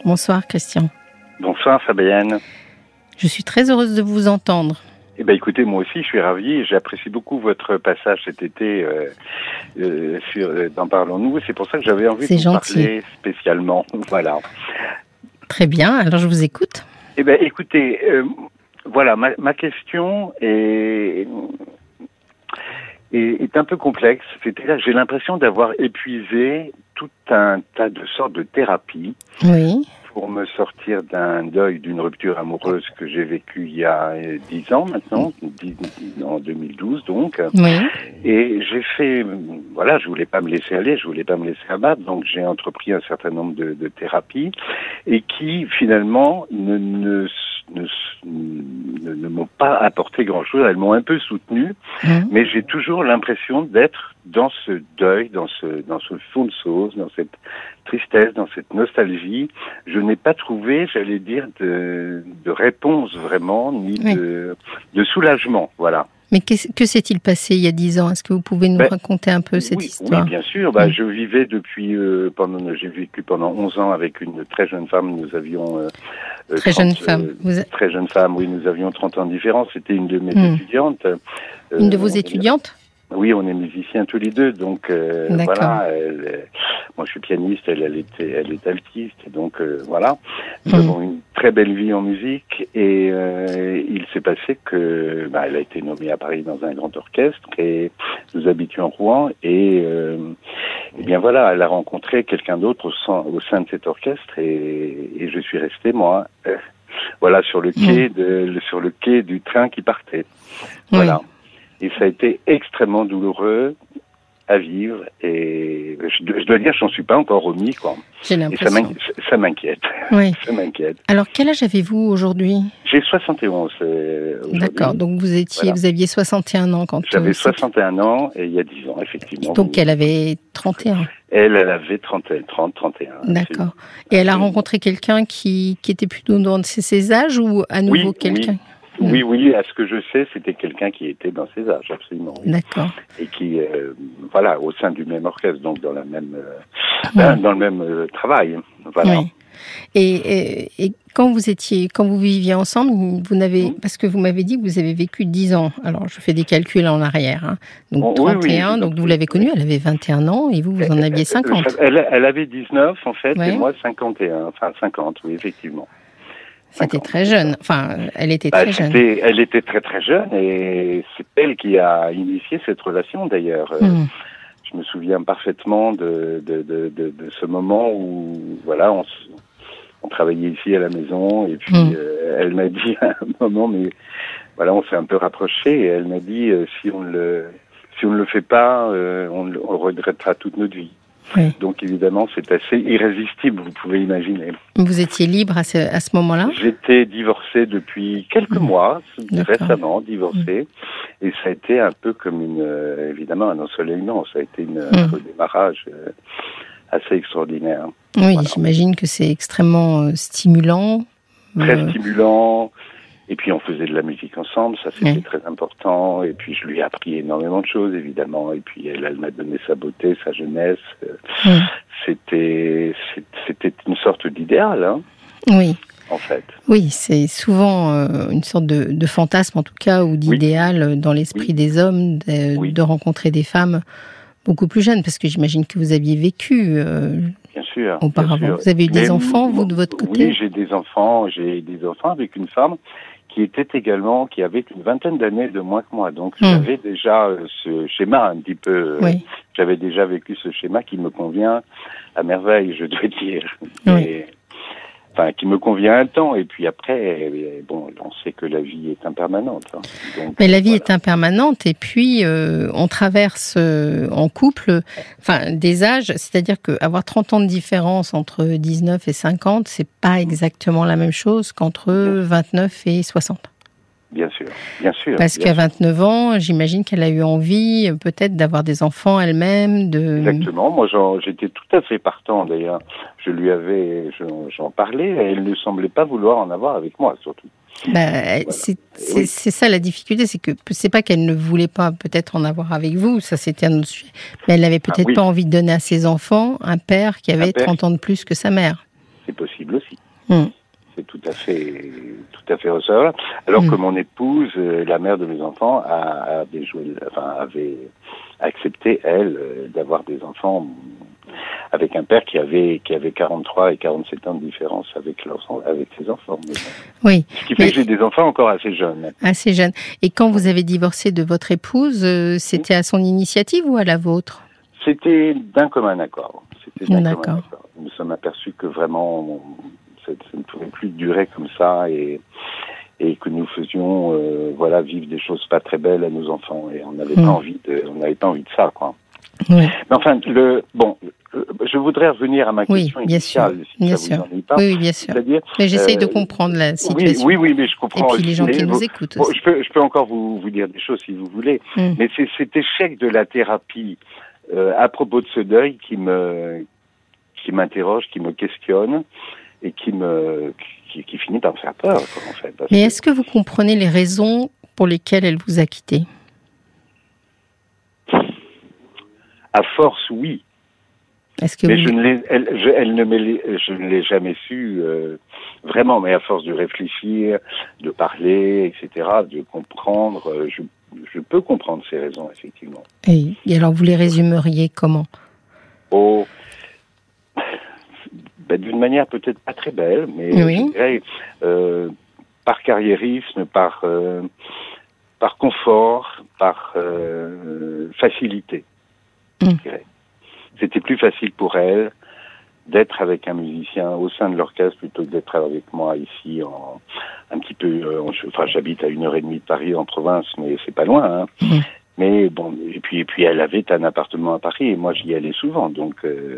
Bonsoir Christian. Bonsoir Fabienne. Je suis très heureuse de vous entendre. Eh ben, écoutez, moi aussi, je suis ravi. J'apprécie beaucoup votre passage cet été dans Parlons-nous. C'est pour ça que j'avais envie de vous parler spécialement. Voilà. Très bien. Alors, je vous écoute. Eh ben, écoutez, voilà, ma question est un peu complexe. C'est-à-dire, j'ai l'impression d'avoir épuisé tout un tas de sortes de thérapies. Oui. Pour me sortir d'un deuil, d'une rupture amoureuse que j'ai vécue il y a 10 ans maintenant, en 2012 donc. Oui. Et j'ai fait, voilà, je voulais pas me laisser aller, je voulais pas me laisser abattre, donc j'ai entrepris un certain nombre de thérapies et qui finalement ne m'ont pas apporté grand-chose. Elles m'ont un peu soutenu, mais j'ai toujours l'impression d'être dans ce deuil, dans ce fond de sauce, dans cette tristesse, dans cette nostalgie. Je n'ai pas trouvé, j'allais dire, de réponse vraiment, ni de soulagement, voilà. Mais que s'est-il passé il y a 10 ans? Est-ce que vous pouvez nous raconter un peu cette histoire? Oui, bien sûr. Je vivais j'ai vécu pendant 11 ans avec une très jeune femme. Nous avions... très jeune femme, oui. Nous avions 30 ans de différence. C'était une de mes étudiantes. Une de vos étudiantes? Oui, on est musiciens tous les deux, donc voilà. Moi, je suis pianiste, elle est altiste, et donc voilà. Nous avons une très belle vie en musique, et il s'est passé que, elle a été nommée à Paris dans un grand orchestre, et nous habitions en Rouen, et bien voilà, elle a rencontré quelqu'un d'autre au sein de cet orchestre, et je suis resté moi, voilà, sur le quai du train qui partait. Voilà. Et ça a été extrêmement douloureux à vivre. Et je dois dire, je n'en suis pas encore remis, quoi. J'ai l'impression. Et ça m'inquiète. Oui. Ça m'inquiète. Alors, quel âge avez-vous aujourd'hui? J'ai 71 aujourd'hui. D'accord. Donc, vous aviez 61 ans quand... J'avais 61 ans, et il y a 10 ans, effectivement. Donc, elle avait 31. Elle avait 30, 31. D'accord. Et elle a rencontré quelqu'un qui était plutôt dans ses âges, ou à nouveau quelqu'un? Oui, à ce que je sais, c'était quelqu'un qui était dans ses âges, absolument. Oui. D'accord. Et qui, voilà, au sein du même orchestre, donc dans le même travail. Voilà. Oui. Et quand vous viviez ensemble, parce que vous m'avez dit que vous avez vécu 10 ans. Alors, je fais des calculs en arrière. Hein. Donc, 31, donc vous l'avez connue, elle avait 21 ans, et vous en aviez 50. Elle avait 19, en fait, et moi 51. Enfin, 50, oui, effectivement. C'était très jeune. Enfin, elle était très jeune. Elle était très très jeune, et c'est elle qui a initié cette relation d'ailleurs. Je me souviens parfaitement de ce moment où voilà, on travaillait ici à la maison, et puis elle m'a dit à un moment, mais voilà, on s'est un peu rapprochés, et elle m'a dit si on ne le fait pas, on le regrettera toute notre vie. Oui. Donc évidemment, c'est assez irrésistible, vous pouvez imaginer. Vous étiez libre à ce moment-là? J'étais divorcé depuis quelques mois, récemment divorcé, et ça a été un peu comme évidemment un ensoleillement, ça a été un redémarrage assez extraordinaire. Oui, voilà. J'imagine que c'est extrêmement stimulant. Très stimulant. Et puis on faisait de la musique ensemble, ça c'était très important. Et puis je lui ai appris énormément de choses, évidemment. Et puis elle m'a donné sa beauté, sa jeunesse. C'était une sorte d'idéal, hein. Oui. En fait. Oui, c'est souvent une sorte de fantasme, en tout cas, ou d'idéal dans l'esprit des hommes, de rencontrer des femmes beaucoup plus jeunes, parce que j'imagine que vous aviez vécu bien sûr, auparavant. Bien sûr. Vous avez eu des enfants, vous, de votre côté? Oui, j'ai des enfants avec une femme qui avait une vingtaine d'années de moins que moi. Donc, j'avais déjà ce schéma un petit peu... j'avais déjà vécu ce schéma qui me convient à merveille, je dois dire. Oui. Qui me convient un temps. Et puis après, on sait que la vie est impermanente. Hein. Donc, mais la vie est impermanente. Et puis, on traverse en couple des âges. C'est-à-dire qu'avoir 30 ans de différence entre 19 et 50, c'est pas exactement la même chose qu'entre 29 et 60. Bien sûr. Parce qu'à 29 ans, j'imagine qu'elle a eu envie peut-être d'avoir des enfants elle-même. Exactement. Moi, j'étais tout à fait partant d'ailleurs. J'en parlais, et elle ne semblait pas vouloir en avoir avec moi, surtout. Voilà. C'est ça la difficulté, c'est que c'est pas qu'elle ne voulait pas peut-être en avoir avec vous, ça c'était un autre sujet, mais elle n'avait peut-être pas envie de donner à ses enfants un père qui avait 30 ans de plus que sa mère. c'est possible aussi. C'est tout à fait recevable. Alors que mon épouse, la mère de mes enfants, avait accepté, elle, d'avoir des enfants avec un père qui avait 43 et 47 ans de différence avec ses enfants. Oui. Ce qui fait que j'ai des enfants encore assez jeunes. Assez jeunes. Et quand vous avez divorcé de votre épouse, c'était à son initiative ou à la vôtre? C'était d'un commun accord. D'accord. Nous nous sommes aperçus que vraiment, ça ne pouvait plus durer comme ça et que nous faisions, vivre des choses pas très belles à nos enfants et on n'avait pas envie de ça, quoi. Oui. Mais enfin, je voudrais revenir à ma question initiale, bien si ça sûr. vous ennuie pas. Oui, bien sûr. C'est-à-dire, mais j'essaye de comprendre la situation. Oui, mais je comprends. Et puis les gens qui nous écoutent aussi. Je peux encore vous dire des choses si vous voulez, mais c'est cet échec de la thérapie à propos de ce deuil qui m'interroge, qui me questionne et qui finit par me faire peur, en fait. Mais est-ce que vous comprenez les raisons pour lesquelles elle vous a quitté? À force, oui. Mais je ne l'ai jamais su vraiment. Mais à force de réfléchir, de parler, etc., de comprendre, je peux comprendre ces raisons, effectivement. Et alors, vous les résumeriez comment? D'une manière peut-être pas très belle, mais je dirais par carriérisme, par confort, par facilité. Je dirais. C'était plus facile pour elle d'être avec un musicien au sein de l'orchestre plutôt que d'être avec moi ici un petit peu. J'habite à 1h30 de Paris en province, mais c'est pas loin. Hein. Mais bon, et puis elle avait un appartement à Paris et moi j'y allais souvent, donc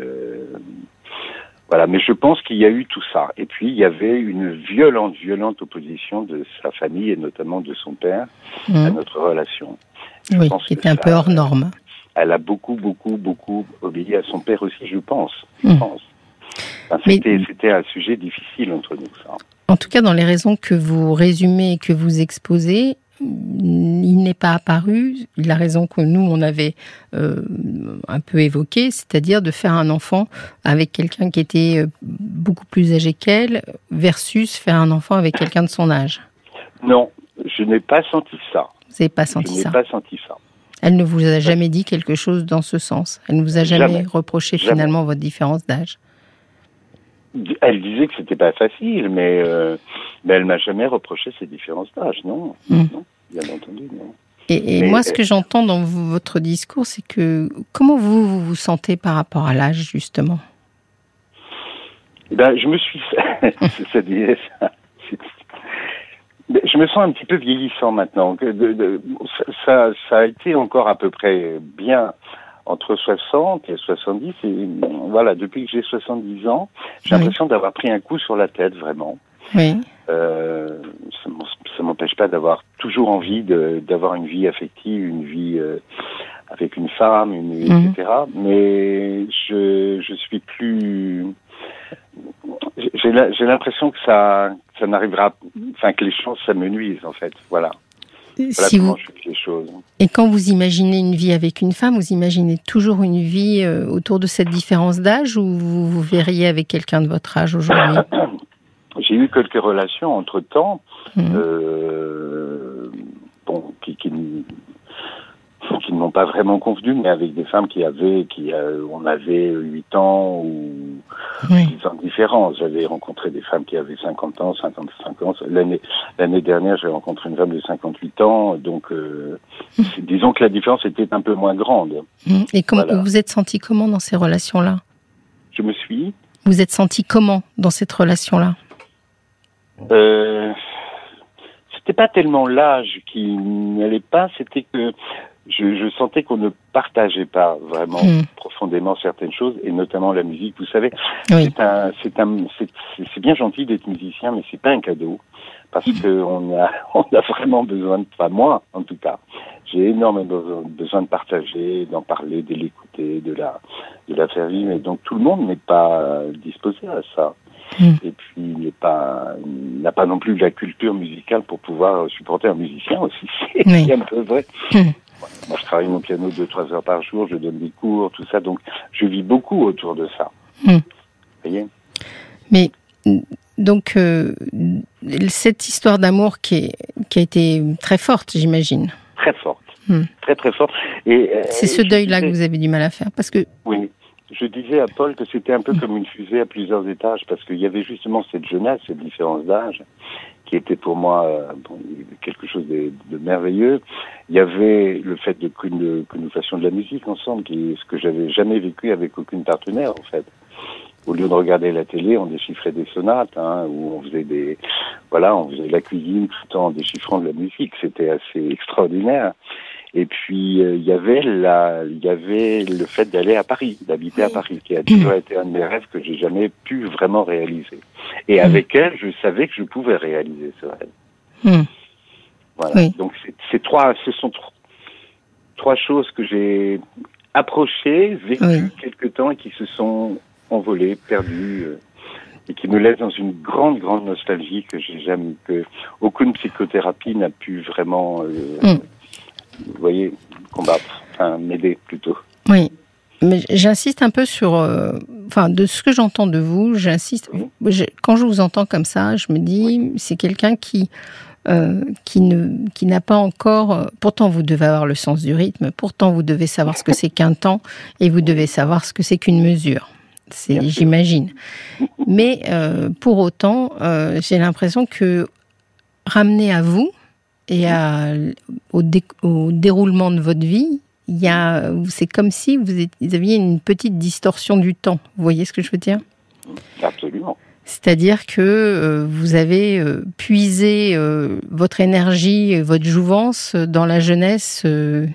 voilà. Mais je pense qu'il y a eu tout ça. Et puis il y avait une violente opposition de sa famille et notamment de son père à notre relation. Oui, qui était un peu hors norme. Elle a beaucoup obéi à son père aussi, je pense. C'était un sujet difficile entre nous, ça. En tout cas, dans les raisons que vous résumez et que vous exposez, il n'est pas apparu la raison que nous, on avait un peu évoquée, c'est-à-dire de faire un enfant avec quelqu'un qui était beaucoup plus âgé qu'elle versus faire un enfant avec quelqu'un de son âge. Non, je n'ai pas senti ça. Vous n'avez pas senti ça? Je n'ai pas senti ça. Elle ne vous a jamais dit quelque chose dans ce sens? Elle ne vous a jamais reproché finalement votre différence d'âge? Elle disait que c'était pas facile, mais elle m'a jamais reproché ces différences d'âge, non. Non, bien entendu, non. Et moi, ce que j'entends dans votre discours, c'est que comment vous vous sentez par rapport à l'âge, justement? Je me suis... Je me sens un petit peu vieillissant maintenant. Ça a été encore à peu près bien entre 60 et 70. Et voilà, depuis que j'ai 70 ans, j'ai l'impression d'avoir pris un coup sur la tête, vraiment. Oui. Ça m'empêche pas d'avoir toujours envie d'avoir une vie affective, une vie avec une femme, etc. Mais je suis plus... J'ai l'impression que ça n'arrivera, que les choses s'amenuisent en fait. Voilà comment je fais les choses. Et quand vous imaginez une vie avec une femme, vous imaginez toujours une vie autour de cette différence d'âge ou vous verriez avec quelqu'un de votre âge aujourd'hui? J'ai eu quelques relations entre-temps, qui ne m'ont pas vraiment convenu, mais avec des femmes on avait 8 ans ou 10 ans de différence. J'avais rencontré des femmes qui avaient 50 ans, 55 ans. L'année dernière, j'ai rencontré une femme de 58 ans, donc disons que la différence était un peu moins grande. Et comment vous êtes senti comment dans ces relations-là? Vous êtes senti comment dans cette relation-là? C'était pas tellement l'âge qui n'allait pas, c'était que je sentais qu'on ne partageait pas vraiment profondément certaines choses, et notamment la musique. Vous savez, c'est bien gentil d'être musicien, mais c'est pas un cadeau, parce que on a vraiment besoin enfin moi, en tout cas, j'ai énormément besoin de partager, d'en parler, de l'écouter, de la faire vivre, et donc tout le monde n'est pas disposé à ça. Et puis n'a pas non plus la culture musicale pour pouvoir supporter un musicien aussi. C'est un peu vrai. Moi, je travaille mon piano 2-3 heures par jour, je donne des cours, tout ça, donc je vis beaucoup autour de ça. Vous voyez? Mais Donc, cette histoire d'amour qui a été très forte, j'imagine. Très forte. Très, très forte. Et, c'est ce deuil-là que vous avez du mal à faire, parce que... Oui. Je disais à Paul que c'était un peu comme une fusée à plusieurs étages, parce qu'il y avait justement cette jeunesse, cette différence d'âge, qui était pour moi quelque chose de merveilleux. Il y avait le fait que nous fassions de la musique ensemble, ce que j'avais jamais vécu avec aucune partenaire, en fait. Au lieu de regarder la télé, on déchiffrait des sonates, où on faisait on faisait la cuisine tout en déchiffrant de la musique. C'était assez extraordinaire. Et puis il y avait le fait d'aller à Paris, d'habiter à Paris, qui a toujours été un de mes rêves que j'ai jamais pu vraiment réaliser. Et avec elle, je savais que je pouvais réaliser ce rêve. Voilà. Oui. Donc ce sont trois choses que j'ai approchées, vécues quelque temps et qui se sont envolées, perdues. Et qui me laisse dans une grande, grande nostalgie que aucune psychothérapie n'a pu vraiment, vous voyez, combattre, m'aider plutôt. Oui, mais j'insiste un peu sur, de ce que j'entends de vous, quand je vous entends comme ça, je me dis, c'est quelqu'un qui n'a pas encore, pourtant vous devez avoir le sens du rythme, pourtant vous devez savoir ce que c'est qu'un temps, et vous devez savoir ce que c'est qu'une mesure. J'imagine. Mais pour autant, j'ai l'impression que ramener à vous et au déroulement de votre vie, c'est comme si vous aviez une petite distorsion du temps. Vous voyez ce que je veux dire ? Absolument. C'est-à-dire que vous avez puisé votre énergie, votre jouvence dans la jeunesse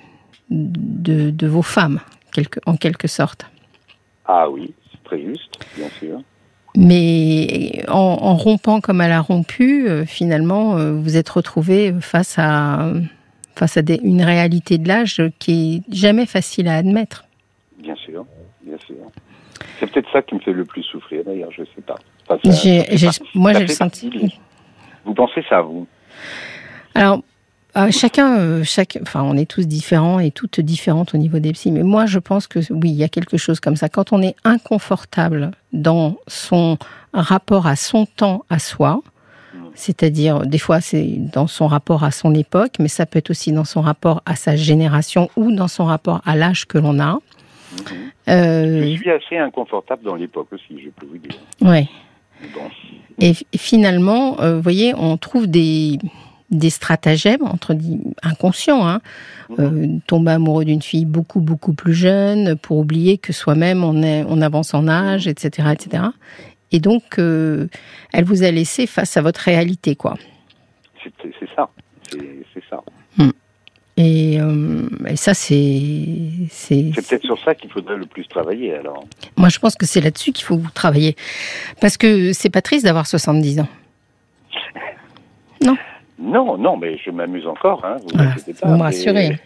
de vos femmes, en quelque sorte. Ah oui. Très juste, bien sûr. Mais en rompant comme elle a rompu, finalement, vous êtes retrouvé face à une réalité de l'âge qui est jamais facile à admettre. Bien sûr, bien sûr. C'est peut-être ça qui me fait le plus souffrir, d'ailleurs, je ne sais pas. Moi, j'ai le sentiment. Vous pensez ça, vous ? Alors, on est tous différents et toutes différentes au niveau des psys. Mais moi, je pense que oui, il y a quelque chose comme ça. Quand on est inconfortable dans son rapport à son temps, à soi, c'est-à-dire, des fois, c'est dans son rapport à son époque, mais ça peut être aussi dans son rapport à sa génération ou dans son rapport à l'âge que l'on a. Je suis assez inconfortable dans l'époque aussi, je peux vous dire. Oui. Bon. Et finalement, vous voyez, on trouve des stratagèmes inconscients, tomber amoureux d'une fille beaucoup beaucoup plus jeune pour oublier que soi-même on avance en âge, etc., etc. Et donc elle vous a laissé face à votre réalité, quoi. C'est ça. Et ça c'est peut-être sur ça qu'il faudrait le plus travailler, alors. Moi je pense que c'est là-dessus qu'il faut travailler, parce que c'est pas triste d'avoir 70 ans. Non, mais je m'amuse encore, vous inquiétez pas. Vous me rassurez.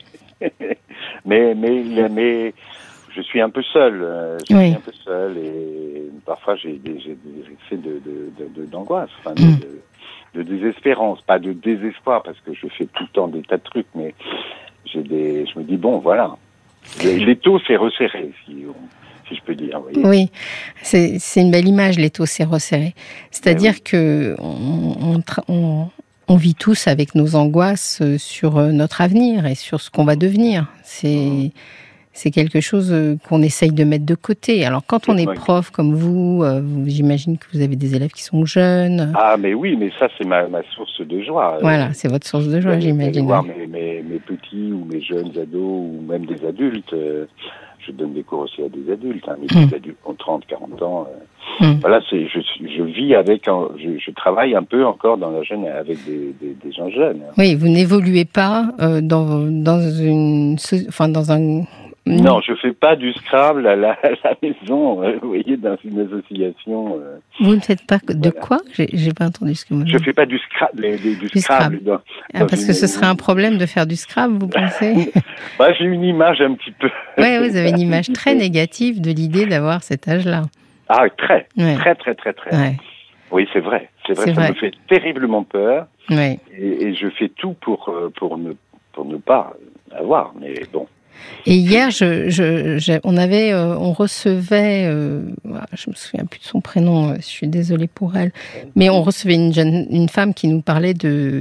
Mais je suis un peu seul. Suis un peu seul et parfois j'ai des excès d'angoisse, de désespérance, pas de désespoir parce que je fais tout le temps des tas de trucs, mais je me dis bon, voilà, l'étau s'est resserré, si je peux dire. Voyez. Oui, c'est une belle image, l'étau s'est resserré. C'est-à-dire que on vit tous avec nos angoisses sur notre avenir et sur ce qu'on va devenir. C'est quelque chose qu'on essaye de mettre de côté. Alors, quand on est prof comme vous, j'imagine que vous avez des élèves qui sont jeunes. Ah, mais oui, mais ça, c'est ma source de joie. Voilà, c'est votre source de joie, j'imagine. Voir mes petits ou mes jeunes ados ou même des adultes. Je donne des cours aussi à des adultes, mais des adultes qui ont 30, 40 ans. Voilà, je vis avec, je travaille un peu encore dans la jeune, avec des gens jeunes. Oui, vous n'évoluez pas dans un... Non, je fais pas du Scrabble à la maison, vous voyez, dans une association. Vous ne faites pas de quoi ? J'ai pas entendu ce que vous dites. Je fais pas du Scrabble. Du Scrabble. Parce que ce serait un problème de faire du Scrabble, vous pensez ? J'ai une image un petit peu. Oui, vous avez une image très négative de l'idée d'avoir cet âge-là. Ah, très. Ouais. Très. Ouais. Oui, c'est vrai. Ça me fait terriblement peur. Ouais. Et je fais tout pour ne pas avoir, mais bon. Et hier, on recevait, je me souviens plus de son prénom, je suis désolée pour elle, mais on recevait une femme qui nous parlait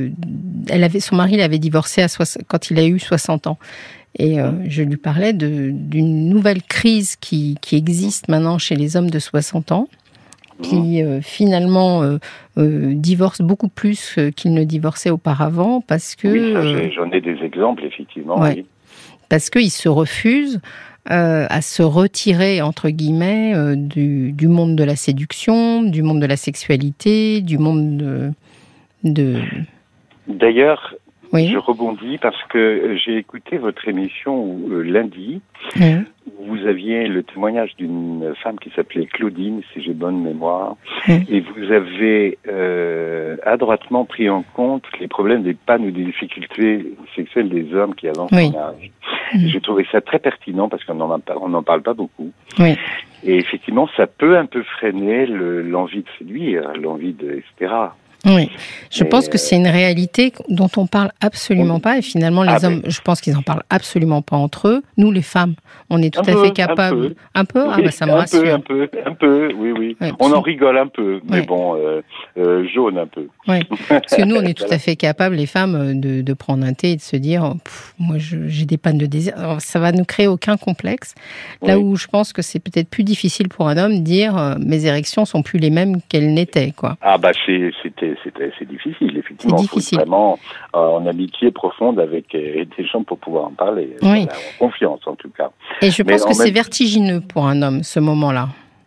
son mari l'avait divorcée quand il a eu 60 ans. Et je lui parlais d'une nouvelle crise qui existe maintenant chez les hommes de 60 ans, qui finalement divorcent beaucoup plus qu'ils ne divorçaient auparavant parce que... Oui, j'en ai des exemples, effectivement. Ouais, oui. Parce qu'ils se refusent à se retirer, entre guillemets, du monde de la séduction, du monde de la sexualité, du monde de... D'ailleurs, oui. Je rebondis parce que j'ai écouté votre émission lundi. Oui. Où vous aviez le témoignage d'une femme qui s'appelait Claudine, si j'ai bonne mémoire. Et vous avez adroitement pris en compte les problèmes des pannes ou des difficultés sexuelles des hommes qui avancent en âge. J'ai trouvé ça très pertinent parce qu'on n'en parle pas beaucoup. Oui. Et effectivement, ça peut un peu freiner l'envie de séduire, l'envie de, etc. Oui, je pense que c'est une réalité dont on parle absolument pas, et finalement les hommes, je pense qu'ils en parlent absolument pas entre eux. Nous, les femmes, on est tout à fait capables. Un peu. Oui, ça me rassure. Un peu, oui. On en rigole un peu, mais bon, jaune un peu. Oui, parce que nous, on est tout à fait capables, les femmes, de prendre un thé et de se dire, moi, j'ai des pannes de désir. Alors, ça va nous créer aucun complexe. Là où je pense que c'est peut-être plus difficile pour un homme de dire, mes érections sont plus les mêmes qu'elles n'étaient, quoi. Ah bah c'est difficile, effectivement. C'est difficile. Il faut vraiment en amitié profonde avec des gens pour pouvoir en parler. Oui. En confiance, en tout cas. Et je pense que c'est vertigineux pour un homme, ce moment-là.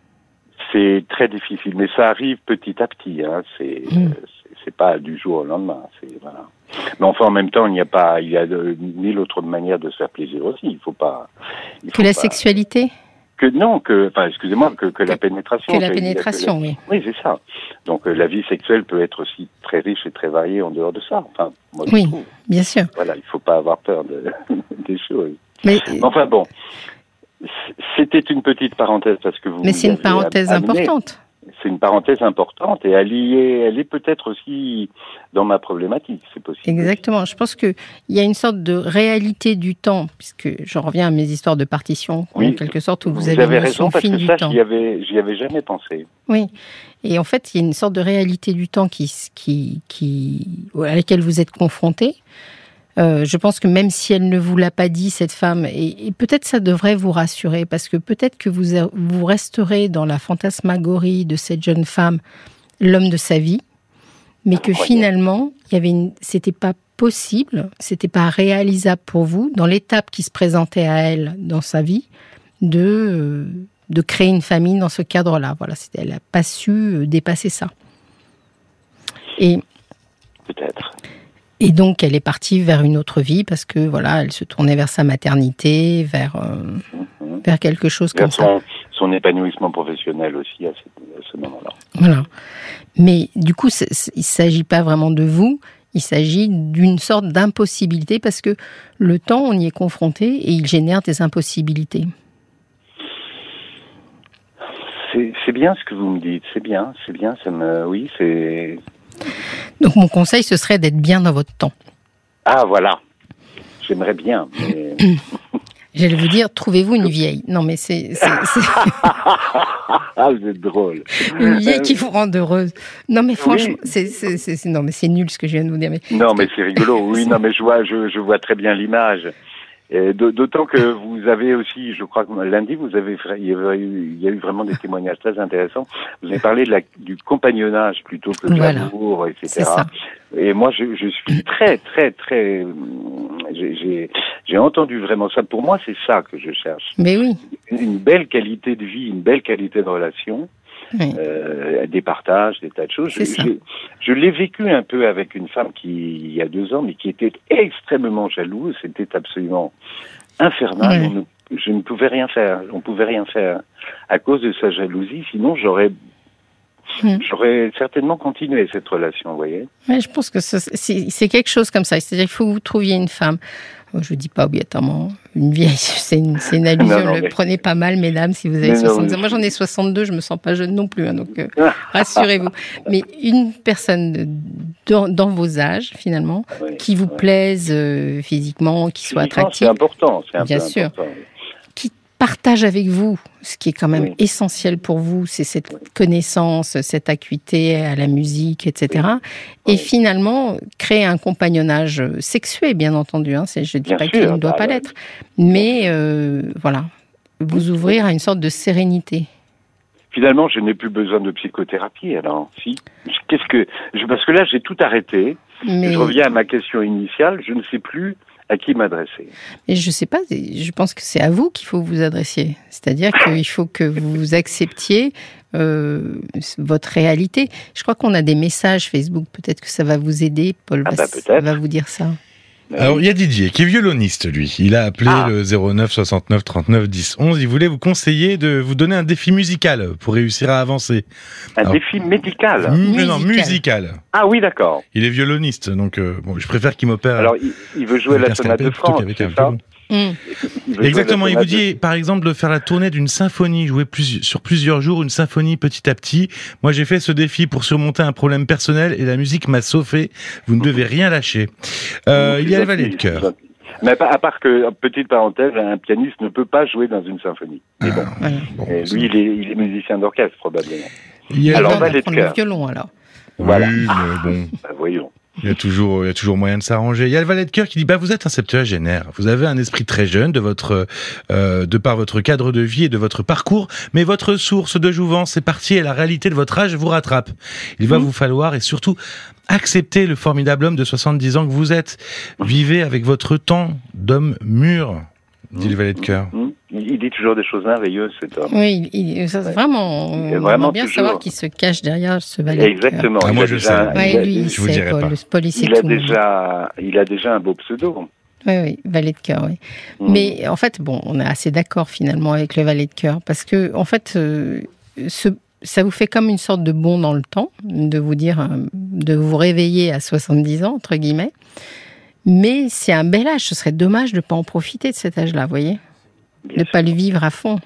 C'est très difficile, mais ça arrive petit à petit. Hein. C'est pas du jour au lendemain. Voilà. Mais enfin, en même temps, il y a mille autres manières de se faire plaisir aussi. Il faut pas. Sexualité. Excusez-moi, que la pénétration. Que la pénétration, oui. Oui, c'est ça. Donc, la vie sexuelle peut être aussi très riche et très variée en dehors de ça. Enfin, moi, oui, bien sûr. Voilà, il faut pas avoir peur des choses. Mais enfin, bon. C'était une petite parenthèse parce que vous. Mais c'est une parenthèse importante. C'est une parenthèse importante et elle est peut-être aussi dans ma problématique, c'est possible. Exactement. Je pense qu'il y a une sorte de réalité du temps, puisque j'en reviens à mes histoires de partition, en quelque sorte, où vous avez raison, parce que ça, j'y avais jamais pensé. Oui. Et en fait, il y a une sorte de réalité du temps à laquelle vous êtes confrontés. Je pense que même si elle ne vous l'a pas dit, cette femme, et peut-être ça devrait vous rassurer, parce que peut-être que vous resterez dans la fantasmagorie de cette jeune femme, l'homme de sa vie, mais que finalement, c'était pas possible, c'était pas réalisable pour vous, dans l'étape qui se présentait à elle dans sa vie, de créer une famille dans ce cadre-là. Voilà, elle n'a pas su dépasser ça. Et peut-être. Et donc, elle est partie vers une autre vie parce que, voilà, elle se tournait vers sa maternité, vers quelque chose comme ça. Son épanouissement professionnel aussi à ce moment-là. Voilà. Mais du coup, il ne s'agit pas vraiment de vous, il s'agit d'une sorte d'impossibilité parce que le temps, on y est confronté et il génère des impossibilités. C'est bien ce que vous me dites, c'est bien, oui, c'est... Donc mon conseil, ce serait d'être bien dans votre temps. Ah, voilà. J'aimerais bien, mais... J'allais vous dire, trouvez-vous une vieille. Non, mais c'est... Ah, vous êtes drôle. Une vieille qui vous rend heureuse. Non, mais franchement, non, mais c'est nul ce que je viens de vous dire. Mais... Non, mais c'est rigolo. Oui, non, mais je vois très bien l'image. D'autant que vous avez aussi, je crois que lundi, il y a eu vraiment des témoignages très intéressants. Vous avez parlé du compagnonnage plutôt que de l'amour, etc. C'est ça. Et moi, je suis très, très, très... J'ai entendu vraiment ça. Pour moi, c'est ça que je cherche. Mais oui. Une belle qualité de vie, une belle qualité de relation. Oui. Des partages, des tas de choses. Je l'ai vécu un peu avec une femme il y a 2 ans, mais qui était extrêmement jalouse. C'était absolument infernal. Oui. Je ne pouvais rien faire. On ne pouvait rien faire à cause de sa jalousie. Sinon, j'aurais certainement continué cette relation, vous voyez. Oui, je pense que c'est quelque chose comme ça. C'est-à-dire qu'il faut que vous trouviez une femme. Je dis pas obligatoirement une vieille, c'est une allusion. Ne le prenez pas mal, mesdames, si vous avez 62 ans. Moi, j'en ai 62, je me sens pas jeune non plus, hein, donc rassurez-vous. Mais une personne dans vos âges, finalement, qui vous plaise physiquement, qui soit attractive. C'est important, bien sûr. Qui partage avec vous ce qui est quand même essentiel pour vous, c'est cette connaissance, cette acuité à la musique, etc. Et finalement, créer un compagnonnage sexué, bien entendu. Hein, je ne dis pas qu'il ne doit pas l'être. Mais voilà, vous ouvrir à une sorte de sérénité. Finalement, je n'ai plus besoin de psychothérapie, alors, si. Parce que là, j'ai tout arrêté. Mais... Je reviens à ma question initiale, je ne sais plus à qui m'adresser. Et je ne sais pas, je pense que c'est à vous qu'il faut vous adresser. C'est-à-dire qu'il faut que vous acceptiez votre réalité. Je crois qu'on a des messages Facebook, peut-être que ça va vous aider, Paul va vous dire ça. Alors, il y a Didier, qui est violoniste, lui. Il a appelé le 09 69 39 10 11. Il voulait vous conseiller de vous donner un défi musical pour réussir à avancer. Défi médical Non, musical. Ah oui, d'accord. Il est violoniste, donc je préfère qu'il m'opère. Alors, il veut jouer la sonate de France, c'est ça ? Exactement, il vous dit par exemple de faire la tournée d'une symphonie, jouer sur plusieurs jours une symphonie petit à petit. Moi j'ai fait ce défi pour surmonter un problème personnel et la musique m'a sauvé. Vous ne devez rien lâcher. Il y a le valet de cœur. Mais à part que, petite parenthèse, un pianiste ne peut pas jouer dans une symphonie. Mais lui il est musicien d'orchestre probablement. Alors valet de cœur. Le violon alors. Voilà. Oui, mais bon. Voyons. Il y a toujours moyen de s'arranger. Il y a le valet de cœur qui dit, vous êtes un septuagénaire. Vous avez un esprit très jeune de par votre cadre de vie et de votre parcours, mais votre source de jouvence est partie et la réalité de votre âge vous rattrape. Il va vous falloir et surtout accepter le formidable homme de 70 ans que vous êtes. Vivez avec votre temps d'homme mûr, dit le valet de cœur. Il dit toujours des choses merveilleuses, cet homme. Oui, vraiment, on aimerait bien savoir qui se cache derrière ce valet. Exactement. Moi, je sais. Lui, je vous dirai pas. Il a déjà un beau pseudo. Oui, valet de cœur, oui. Mais en fait, on est assez d'accord finalement avec le valet de cœur, parce que en fait, ça vous fait comme une sorte de bond dans le temps, de vous dire, de vous réveiller à 70 ans, entre guillemets. Mais c'est un bel âge, ce serait dommage de ne pas en profiter de cet âge-là, vous voyez ? De ne pas le vivre à fond.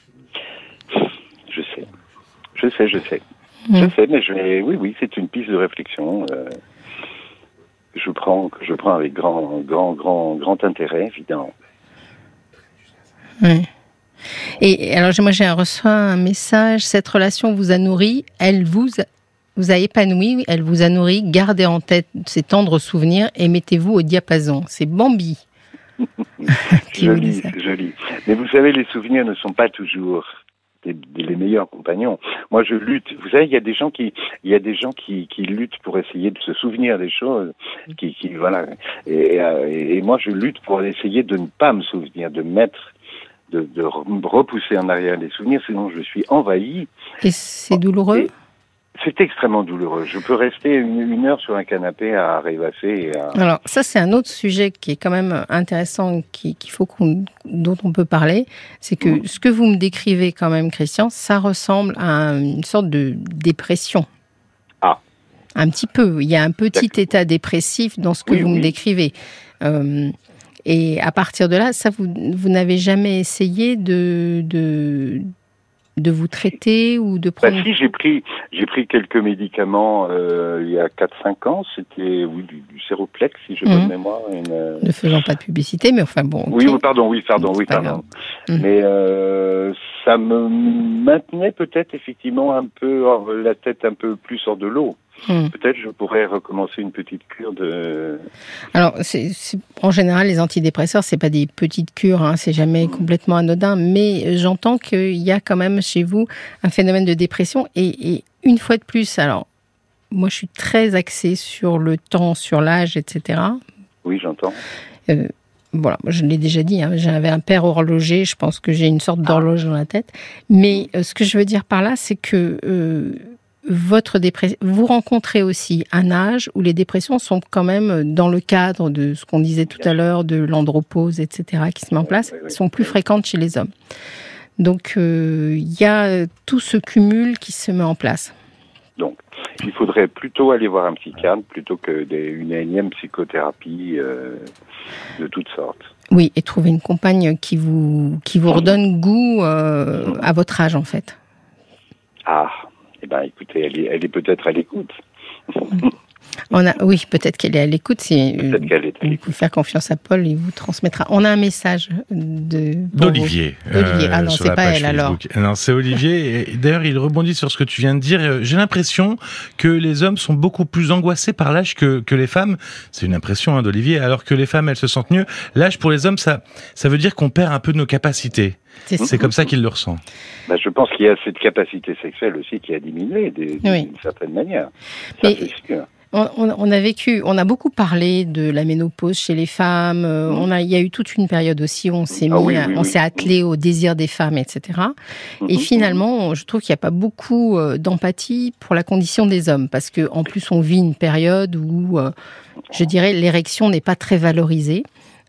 Je sais. Je sais, mais oui, c'est une piste de réflexion que je prends avec grand intérêt, évidemment. Oui. Et alors, moi, j'ai reçu un message, cette relation vous a nourri, elle vous a épanoui, elle vous a nourri, gardez en tête ces tendres souvenirs et mettez-vous au diapason. C'est Bambi. Joli. Mais vous savez, les souvenirs ne sont pas toujours les meilleurs compagnons. Moi, je lutte. Vous savez, il y a des gens qui luttent pour essayer de se souvenir des choses, voilà. Et moi, je lutte pour essayer de ne pas me souvenir, de repousser en arrière les souvenirs, sinon je suis envahi. Et c'est douloureux? C'est extrêmement douloureux. Je peux rester une heure sur un canapé à rêvasser. Alors, ça, c'est un autre sujet qui est quand même intéressant, dont on peut parler. C'est que ce que vous me décrivez quand même, Christian, ça ressemble à une sorte de dépression. Ah. Un petit peu. Il y a un petit état dépressif dans ce que vous me décrivez. Et à partir de là, ça, vous n'avez jamais essayé de vous traiter ou de prendre... Si, j'ai pris quelques médicaments il y a 4-5 ans. C'était du Séroplex, si je bonne mémoire. Ne faisons pas de publicité, mais enfin bon... Okay. Oui, pardon. Mais ça me maintenait peut-être effectivement un peu la tête un peu plus hors de l'eau. Peut-être je pourrais recommencer une petite cure de... Alors, en général, les antidépresseurs, c'est pas des petites cures, hein, c'est jamais complètement anodin, mais j'entends qu'il y a quand même chez vous un phénomène de dépression. Et une fois de plus, alors, moi je suis très axée sur le temps, sur l'âge, etc. Oui, j'entends. Voilà, je l'ai déjà dit, hein, j'avais un père horloger, je pense que j'ai une sorte d'horloge dans la tête. Mais ce que je veux dire par là, c'est que... votre dépression, vous rencontrez aussi un âge où les dépressions sont quand même dans le cadre de ce qu'on disait tout à l'heure, de l'andropause, etc., qui se met en place, sont plus fréquentes chez les hommes. Donc, il y a tout ce cumul qui se met en place. Donc, il faudrait plutôt aller voir un psychiatre plutôt que une énième psychothérapie de toutes sortes. Oui, et trouver une compagne qui vous redonne goût à votre âge, en fait. Ah, eh ben, écoutez, elle est peut-être à l'écoute. Oui, peut-être qu'elle est à l'écoute. Peut-être qu'elle est à l'écoute. Vous pouvez faire confiance à Paul, il vous transmettra. On a un message d'Olivier. Ah non, c'est pas elle alors. Non, c'est Olivier. Et d'ailleurs, il rebondit sur ce que tu viens de dire. J'ai l'impression que les hommes sont beaucoup plus angoissés par l'âge que les femmes. C'est une impression d'Olivier. Alors que les femmes, elles se sentent mieux. L'âge pour les hommes, ça veut dire qu'on perd un peu de nos capacités. C'est comme ça qu'il le ressent. Bah, je pense qu'il y a cette capacité sexuelle aussi qui a diminué d'une certaine manière. Ça, c'est sûr. On a beaucoup parlé de la ménopause chez les femmes. Il y a eu toute une période aussi où on s'est attelé au désir des femmes, etc. Et finalement, je trouve qu'il n'y a pas beaucoup d'empathie pour la condition des hommes, parce que en plus, on vit une période où, je dirais, l'érection n'est pas très valorisée.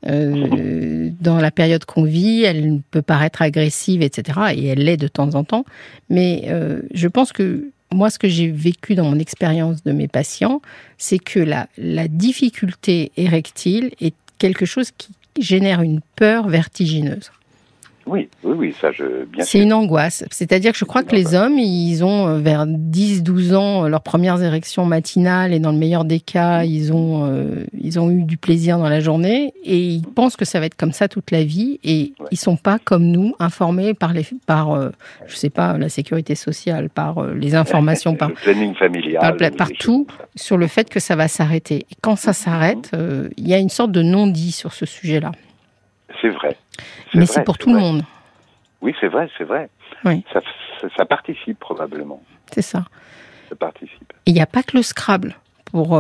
Dans la période qu'on vit, elle peut paraître agressive, etc. Et elle l'est de temps en temps. Mais je pense que moi, ce que j'ai vécu dans mon expérience de mes patients, c'est que la difficulté érectile est quelque chose qui génère une peur vertigineuse. Oui, ça, bien sûr. C'est une angoisse. C'est-à-dire que je crois que les hommes, ils ont vers 10-12 ans leurs premières érections matinales et dans le meilleur des cas, ils ont eu du plaisir dans la journée et ils pensent que ça va être comme ça toute la vie et ils sont pas comme nous informés par je sais pas, la sécurité sociale, par les informations, par le planning familial, partout sur le fait que ça va s'arrêter. Et quand ça s'arrête, il y a une sorte de non-dit sur ce sujet-là. C'est vrai. Mais c'est pour tout le monde. Oui, c'est vrai. Oui. Ça participe probablement. C'est ça. Ça participe. Et il n'y a pas que le Scrabble pour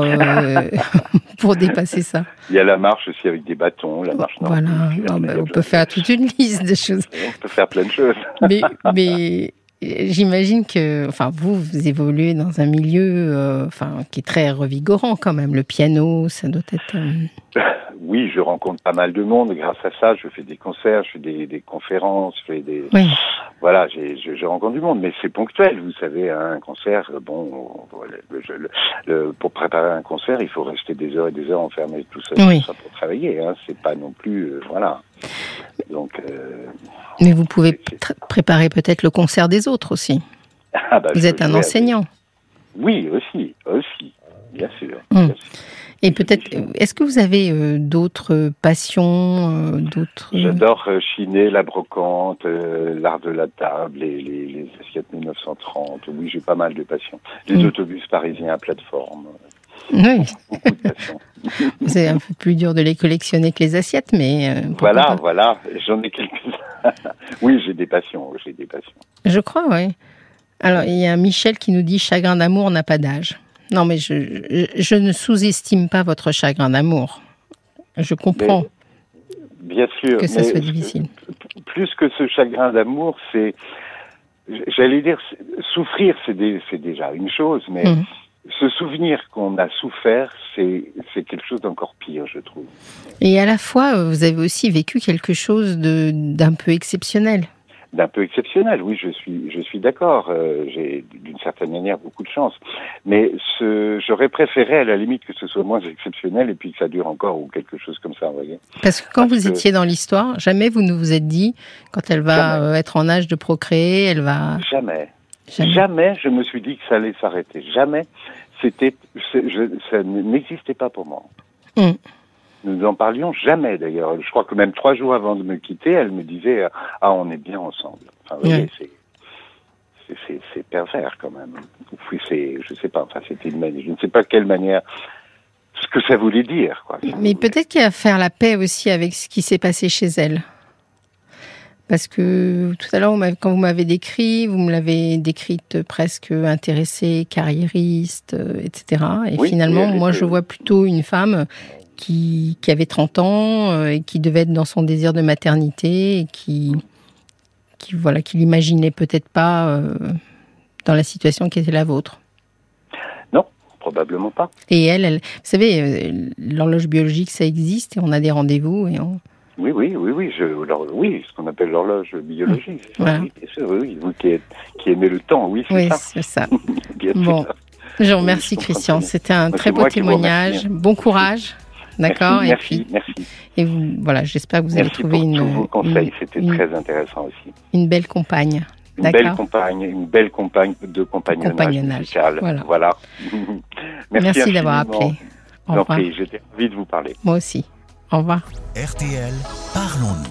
dépasser ça. Il y a la marche aussi avec des bâtons, la marche nordique. Voilà, on peut faire toute une liste de choses. On peut faire plein de choses. Mais j'imagine que, vous évoluez dans un milieu, qui est très revigorant quand même. Le piano, ça doit être. Oui, je rencontre pas mal de monde. Grâce à ça, je fais des concerts, je fais des conférences, je fais des. Oui. Voilà, je rencontre du monde, mais c'est ponctuel. Vous savez, un concert, pour préparer un concert, il faut rester des heures et des heures enfermé tout ça pour travailler. Hein. C'est pas non plus, voilà. Donc. Mais vous pouvez préparer peut-être le concert des autres aussi. Vous êtes un enseignant. Oui, aussi, bien sûr. Et peut-être, est-ce que vous avez d'autres passions, J'adore chiner, la brocante, l'art de la table, les assiettes 1930. Oui, j'ai pas mal de passions. Les autobus parisiens à plateforme. Oui. Beaucoup de passions. C'est un peu plus dur de les collectionner que les assiettes, mais... Voilà, j'en ai quelques-uns. Oui, j'ai des passions. Je crois, oui. Alors, il y a Michel qui nous dit « Chagrin d'amour n'a pas d'âge ». Non, mais je ne sous-estime pas votre chagrin d'amour. Je comprends bien sûr, que ça soit difficile. Plus que ce chagrin d'amour, c'est... J'allais dire, souffrir, c'est déjà une chose, mais se souvenir qu'on a souffert, c'est quelque chose d'encore pire, je trouve. Et à la fois, vous avez aussi vécu quelque chose d'un peu exceptionnel. D'un peu exceptionnel, oui, je suis d'accord. J'ai d'une certaine manière beaucoup de chance, mais j'aurais préféré à la limite que ce soit moins exceptionnel et puis que ça dure encore ou quelque chose comme ça, vous voyez. Parce que quand vous étiez dans l'histoire, jamais vous ne vous êtes dit quand elle va être en âge de procréer, elle va. Jamais je me suis dit que ça allait s'arrêter. Jamais. Ça n'existait pas pour moi. Nous n'en parlions jamais, d'ailleurs. Je crois que même 3 jours avant de me quitter, elle me disait « Ah, on est bien ensemble ». Enfin, vous voyez, c'est pervers, quand même. Je sais pas, c'était une manière... Je ne sais pas quelle manière... Ce que ça voulait dire, quoi. Mais peut-être qu'il y a à faire la paix aussi avec ce qui s'est passé chez elle. Parce que tout à l'heure, quand vous m'avez décrit, vous me l'avez décrite presque intéressée, carriériste, etc. Et finalement, moi, je vois plutôt une femme... Qui avait 30 ans et qui devait être dans son désir de maternité et qui l'imaginait peut-être pas dans la situation qui était la vôtre. Non, probablement pas. Et elle, vous savez, l'horloge biologique, ça existe et on a des rendez-vous et on... Oui, ce qu'on appelle l'horloge biologique. Voilà. Oui, bien sûr, oui, vous qui aimez le temps, oui, c'est ça. Oui, c'est ça. Bien bon. sûr. Je vous remercie, Christian. C'était un très beau témoignage. Bon courage. D'accord. Merci. Et vous, voilà, j'espère que vous allez trouver tous vos conseils. C'était très intéressant aussi. Une belle compagne. Une belle compagne de compagnonnage musical. Voilà. Merci d'avoir appelé. Au revoir. J'étais ravi de vous parler. Moi aussi. Au revoir. RTL, parlons-nous.